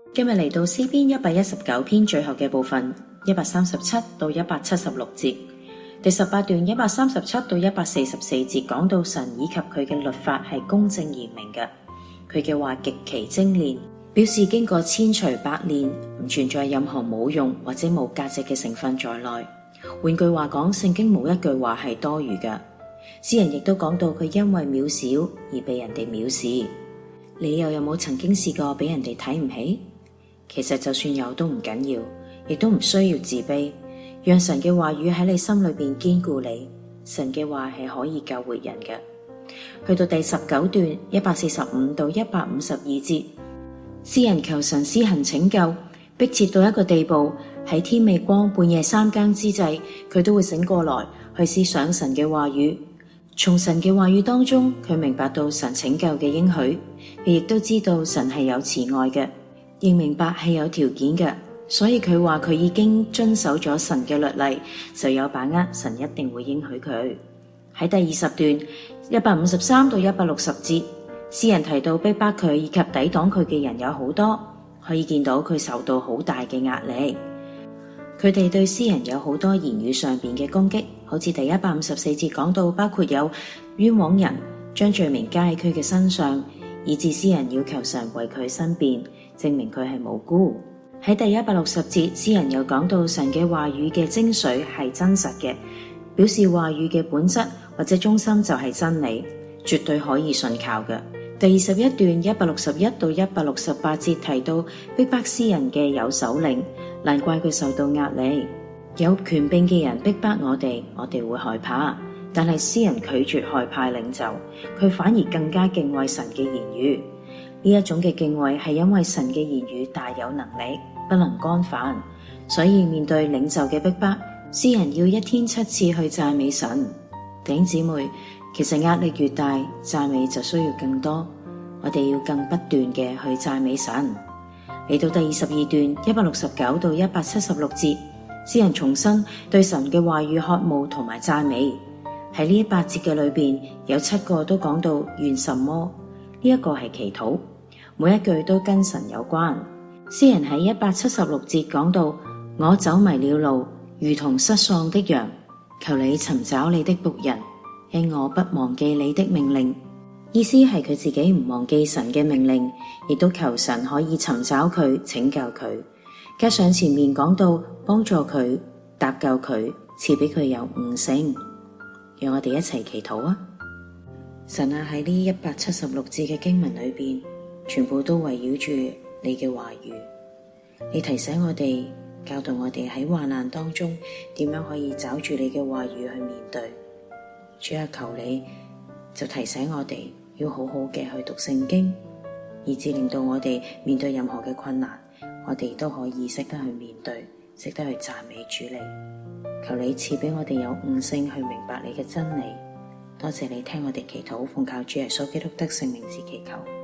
今日嚟到詩篇119篇最後嘅部分，137到176節，第18段137到144節講到神以及佢嘅律法係公正嚴明嘅，佢嘅話極其精煉，表示經過千錘百煉，唔存在任何冇用或者冇價值嘅成分在內。換句話講，聖經冇一句話係多餘嘅。詩人亦都講到佢因為渺小而被人哋藐視。你又有冇曾經試過俾人哋睇唔起？其實就算有都唔緊要，亦都唔需要自卑，讓神嘅話語喺你心裏邊堅固你。神嘅話係可以救活人嘅。去到第19段145到152節，詩人求神施行拯救，迫切到一個地步，喺天未光半夜3更之際，佢都會醒過來去思想神嘅話語。從神嘅話語當中，佢明白到神拯救嘅應許，佢亦都知道神係有慈愛嘅，亦明白係有條件嘅，所以佢話佢已經遵守咗神嘅律例，就有把握神一定會應許佢。喺第20段153到160節，詩人提到逼迫佢以及抵擋佢嘅人有好多，可以見到佢受到好大嘅壓力。佢哋對詩人有好多言語上面嘅攻擊，好似第154節講到，包括有冤枉人將罪名加喺佢嘅身上，以致詩人要求神為佢申辯，證明佢係無辜。喺第160節，詩人又講到神嘅話語嘅精髓係真實嘅，表示話語嘅本質或者中心就係真理，絕對可以信靠嘅。第21段161到168節提到逼迫詩人嘅有首領，難怪佢受到壓力。有權柄嘅人逼迫我哋會害怕，但係詩人拒絕害怕領袖，佢反而更加敬畏神嘅言語。呢一種嘅敬畏係因為神嘅言語大有能力，不能干犯，所以面對領袖嘅逼迫，詩人要一天7次去讚美神。弟兄姊妹，其實壓力越大，讚美就需要更多，我哋要更不斷嘅去讚美神。嚟到第22段169到176節，詩人重申對神嘅話語渴慕同埋讚美。喺呢8節嘅裏邊，有7個都講到願什麼，呢一個係祈禱，每一句都跟神有關。詩人喺176節講到，我走迷了路，如同失喪的羊，求你尋找你的僕人，因我不忘記你的命令。意思係佢自己唔忘記神嘅命令，亦都求神可以尋找佢，拯救佢。加上前面講到幫助佢，搭救佢，賜俾佢有悟性。讓我哋一齊祈禱啊！神啊，喺呢176字嘅經文裏邊，全部都圍繞住你嘅話語。你提醒我哋，教導我哋喺患難當中點樣可以找住你嘅話語去面對。主啊，求你就提醒我哋要好好嘅去讀聖經，以致令到我哋面對任何嘅困難，我哋都可以識得去面對，識得去讚美主你。求你賜俾我哋有悟性去明白你嘅真理。多謝你聽我哋祈禱，奉靠主耶穌基督的聖名字祈求。